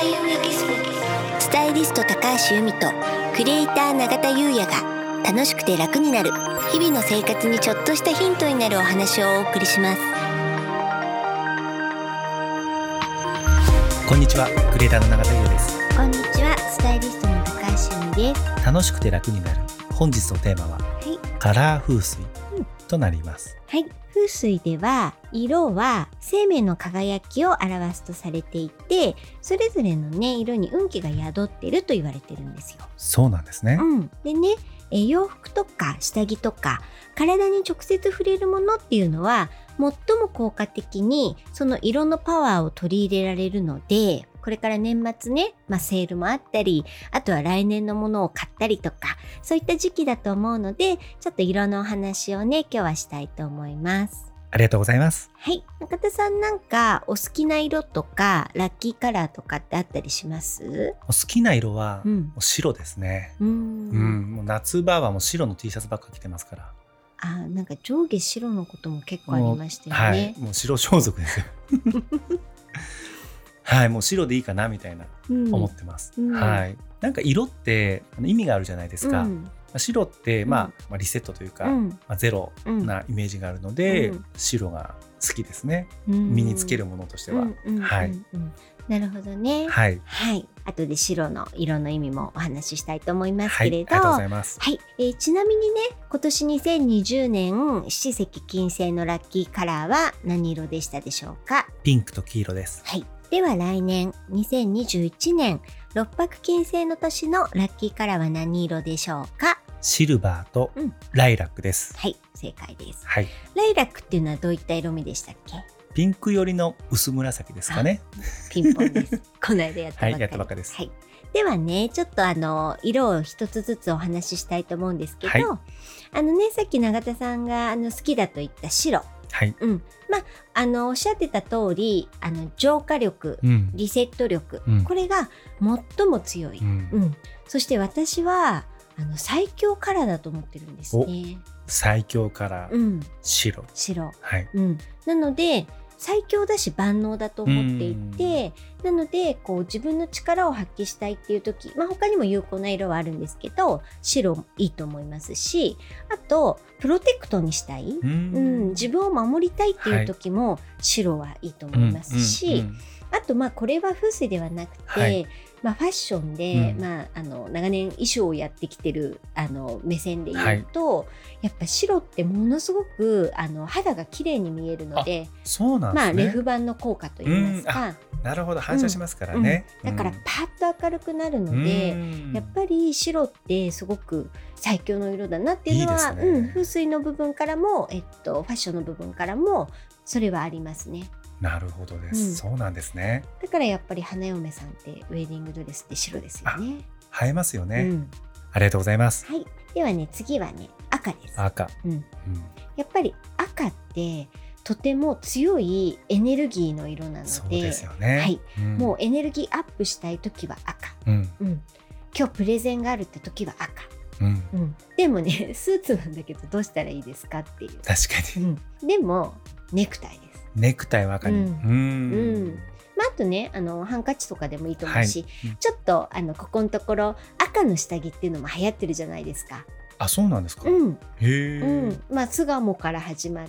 優也ギススタイリスト高橋由美とクリエイター永田優也が楽しくて楽になる日々の生活にちょっとしたヒントになるお話をお送りします。 こんにちは、クリエイターの永田優也です。 こんにちは、スタイリストの高橋由美です。 楽しくて楽になる。本日のテーマは、カラー風水となります。 はい、風水では色は生命の輝きを表すとされていて、それぞれのね色に運気が宿っていると言われてるんですよ。 そうなんですね。 でね、洋服とか下着とか体に直接触れるものっていうのは最も効果的にその色のパワーを取り入れられるので、これから年末ね、セールもあったり、あとは来年のものを買ったりとか、そういった時期だと思うので、ちょっと色のお話をね今日はしたいと思います。 ありがとうございます。 はい、中田さんなんかお好きな色とかラッキーカラーとかってあったりします？ 好きな色はもう白ですね。もう夏場はもう白の T シャツばっか着てますから。 なんか上下白のことも結構ありましたよね。 はい、もう白装束ですよはい、もう白でいいかなみたいな思ってます。はい、なんか色って意味があるじゃないですか。白ってリセットというか、ゼロなイメージがあるので、白が好きですね。身につけるものとしては。はい。 なるほどね。 はい。 はい。後で白の色の意味もお話ししたいと思いますけれど、 はい、ありがとうございます。 はい。ちなみにね、今年2020年七石金星のラッキーカラーは何色でしたでしょうか？ ピンクと黄色です。 はい。では来年2021年六白金星の年のラッキーカラーは何色でしょうか？ シルバーとライラックです。 はい、正解です。 はい。 ライラックっていうのはどういった色味でしたっけ？ ピンク寄りの薄紫ですかね。 ピンポンです。この間やったばっかり。 はい、やったばっかりです。 はい。ではね、ちょっと色を一つずつお話ししたいと思うんですけど、さっき永田さんが好きだと言った白。 はい。 おっしゃってた通り、浄化力、リセット力、これが最も強い。そして私は最強カラーだと思ってるんですね。 最強カラー、白。はい。 なので最強だし万能だと思っていて、なので自分の力を発揮したいっていう時、他にも有効な色はあるんですけど、白もいいと思いますし、あとプロテクトにしたい、自分を守りたいっていう時も白はいいと思いますし、あとこれは風水ではなくて、ファッションで、長年衣装をやってきてる目線で言うと、やっぱ白ってものすごく肌が綺麗に見えるので、 そうなんですね。 レフ板の効果といいますか、 なるほど、反射しますからね。 だからパッと明るくなるので、やっぱり白ってすごく最強の色だなっていうのは、風水の部分からも、ファッションの部分からもそれはありますね。 なるほどです、そうなんですね。 だからやっぱり花嫁さんってウェディングドレスって白ですよね。 映えますよね、ありがとうございます。 はい。ではね、次はね、赤です。 赤、 やっぱり赤ってとても強いエネルギーの色なので、 そうですよね。 はい。もうエネルギーアップしたい時は赤、今日プレゼンがあるって時は赤、でもね、スーツなんだけどどうしたらいいですかっていう。 確かに、 でもネクタイです。 ネクタイは赤に、 あとね、ハンカチとかでもいいと思うし、ちょっとここのところ赤の下着っていうのも流行ってるじゃないですか。 あ、そうなんですか。へえ。 巣鴨から始まって、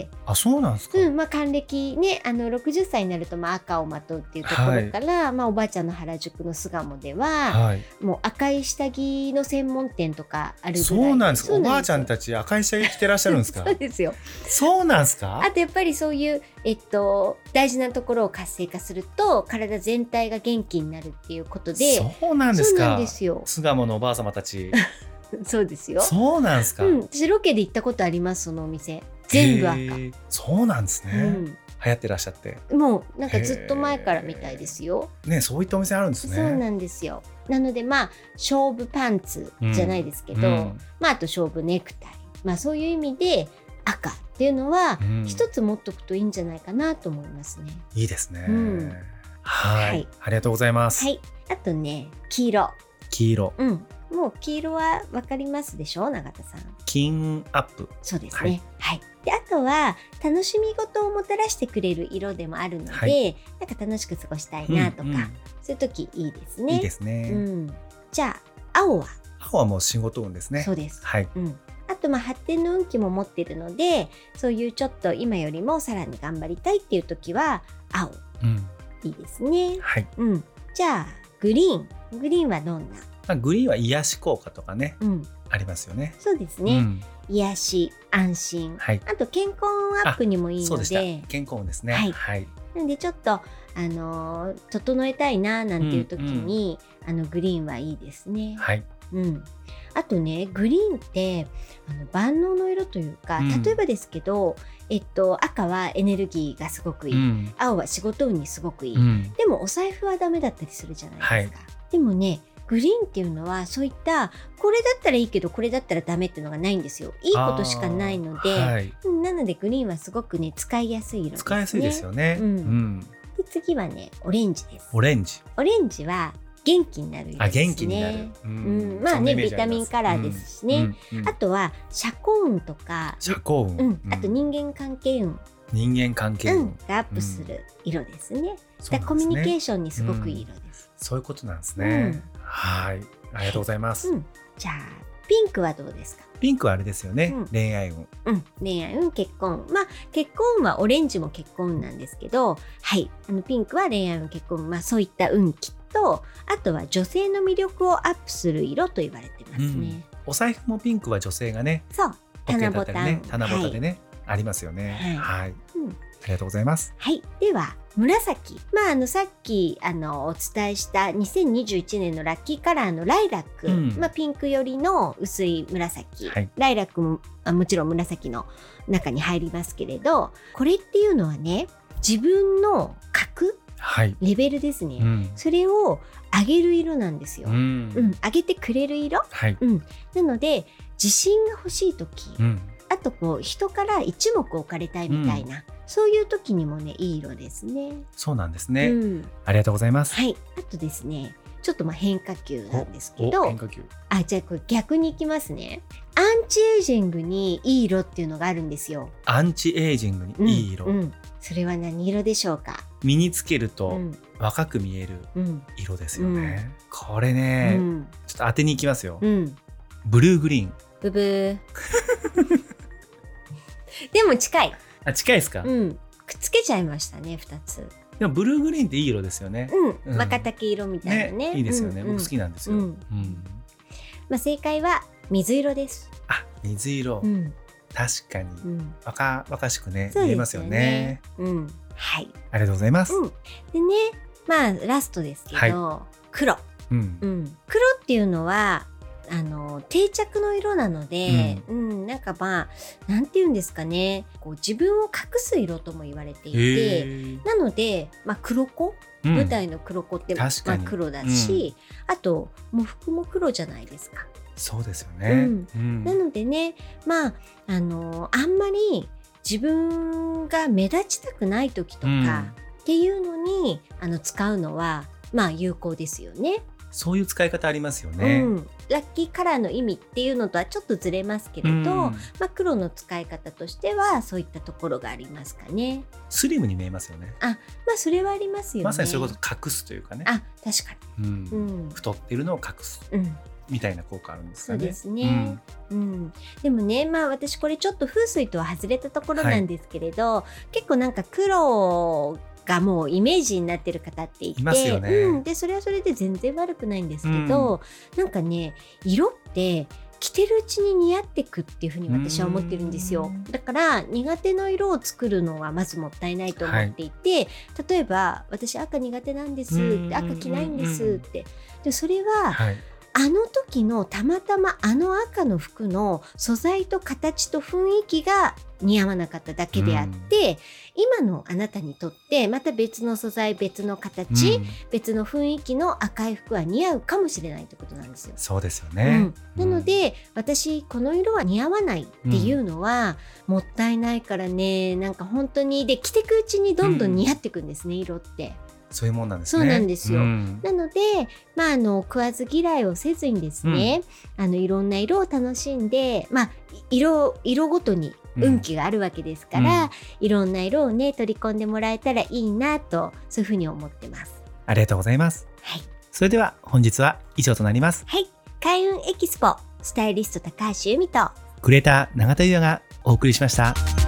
あ、そうなんですか。 還暦ね、60歳になると赤をまとうっていうところから、おばあちゃんの原宿の巣鴨では、もう赤い下着の専門店とかあるぐらい。 そうなんですか。おばあちゃんたち赤い下着着てらっしゃるんですか。 そうですよ。 そうなんですか。 あとやっぱりそういう大事なところを活性化すると体全体が元気になるっていうことで。 そうなんですか。 そうなんですよ。 巣鴨のおばあ様たちそうですよ。 そうなんですか。 私ロケで行ったことあります。そのお店全部赤。 そうなんですね、流行ってらっしゃって。 もうなんかずっと前からみたいですよ。 ね、そういったお店あるんですね。 そうなんですよ。なので勝負パンツじゃないですけど、あと勝負ネクタイ、そういう意味で赤っていうのは一つ持っとくといいんじゃないかなと思いますね。 いいですね、はい、ありがとうございます。 はい。あとね、黄色。もう黄色は分かりますでしょ、永田さん。 金アップ。 そうですね。はい。 であとは楽しみ事をもたらしてくれる色でもあるので、はい、なんか楽しく過ごしたいなとか、そういう時いいですね。 いいですね。 じゃあ青はもう仕事運ですね。 そうです。 はい。 あと発展の運気も持ってるので、そういうちょっと今よりもさらに頑張りたいっていう時は青、いいですね。 はい。 じゃあグリーンはどんな？ グリーンは癒し効果とかね、ありますよね。 そうですね。癒し、安心、あと健康アップにもいいので、 健康運ですね。はい。 なんでちょっと整えたいななんていう時に、グリーンはいいですね。 はい。 あとね、グリーンって万能の色というか、例えばですけど、赤はエネルギーがすごくいい、青は仕事運にすごくいい、でもお財布はダメだったりするじゃないですか。でもね、グリーンっていうのはそういったこれだったらいいけどこれだったらダメっていうのがないんですよ。いいことしかないので、なのでグリーンはすごくね使いやすい色ですね。 使いやすいですよね。 で次はねオレンジです。 オレンジは元気になる色ですね。 元気になる。 まあねビタミンカラーですしね。あとは社交運とか、あと人間関係運がアップする色ですね。コミュニケーションにすごくいい色です。 そういうことなんですね。はい、ありがとうございます。 じゃあピンクはどうですか？ ピンクはあれですよね、恋愛運。 恋愛運、結婚運。結婚運はオレンジも結婚運なんですけど、はい、ピンクは恋愛運、結婚運、そういった運気と、あとは女性の魅力をアップする色と言われてますね。 お財布もピンクは女性がね、 そう七夕でね、ありますよね。はい、ありがとうございます。 はい、では紫、さっきお伝えした2021年のラッキーカラーのライラック、ピンク寄りの薄い紫、ライラックももちろん紫の中に入りますけれど、これっていうのはね、自分の格、レベルですね、それを上げる色なんですよ。上げてくれる色、なので自信が欲しい時、あと人から一目置かれたいみたいな、そういう時にもねいい色ですね。 そうなんですね、ありがとうございます。 はい、あとですね、ちょっと変化球なんですけど、じゃあこれ逆にいきますね。アンチエイジングにいい色っていうのがあるんですよ。 アンチエイジングにいい色、 それは何色でしょうか？ 身につけると若く見える色ですよね。これね、ちょっと当てにいきますよ。ブルーグリーン。 ブブーでも近い。 近いですか？ くっつけちゃいましたね、2つ。 でもブルーグリーンっていい色ですよね。 若竹色みたいなね。 いいですよね。僕好きなんですよ。 正解は水色です。 水色。確かに若しくね見えますよね。 はい。 ありがとうございます。 でね、ラストですけど、黒。黒っていうのは定着の色なので、なんかなんていうんですかね、自分を隠す色とも言われていて、なので、黒子、舞台の黒子って黒だし、あと喪服も黒じゃないですか。 そうですよね。 なのでね、あんまり自分が目立ちたくない時とかっていうのに使うのは有効ですよね。 そういう使い方ありますよね。 ラッキーカラーの意味っていうのとはちょっとずれますけれど、黒の使い方としてはそういったところがありますかね。 スリムに見えますよね。 それはありますよね。 まさにそういうこと隠すというかね。 確かに、太っているのを隠す、みたいな効果あるんですかね。 そうですね。でもね、私これちょっと風水とは外れたところなんですけれど、結構なんか黒がもうイメージになってる方っていて、 ますよね。 でそれはそれで全然悪くないんですけど、なんかね、色って着てるうちに似合ってくっていうふうに私は思ってるんですよ。だから苦手の色を作るのはまずもったいないと思っていて、例えば私赤苦手なんですって、赤着ないんですって、でそれは、あの時のたまたま赤の服の素材と形と雰囲気が似合わなかっただけであって、今のあなたにとってまた別の素材、別の形、別の雰囲気の赤い服は似合うかもしれないってことなんですよ。 そうですよね。 なので私この色は似合わないっていうのは、もったいないからね、なんか本当にで着てくうちにどんどん似合ってくんですね、色って。 そういうもんなんですね。 そうなんですよ。なので、食わず嫌いをせずにですね、いろんな色を楽しんで、色ごとに運気があるわけですから、いろんな色をね取り込んでもらえたらいいなと、そういうふうに思ってます。 ありがとうございます。 はい、 それでは本日は以上となります。 はい、開運エキスポスタイリスト高橋由美とクリエイター永田優也がお送りしました。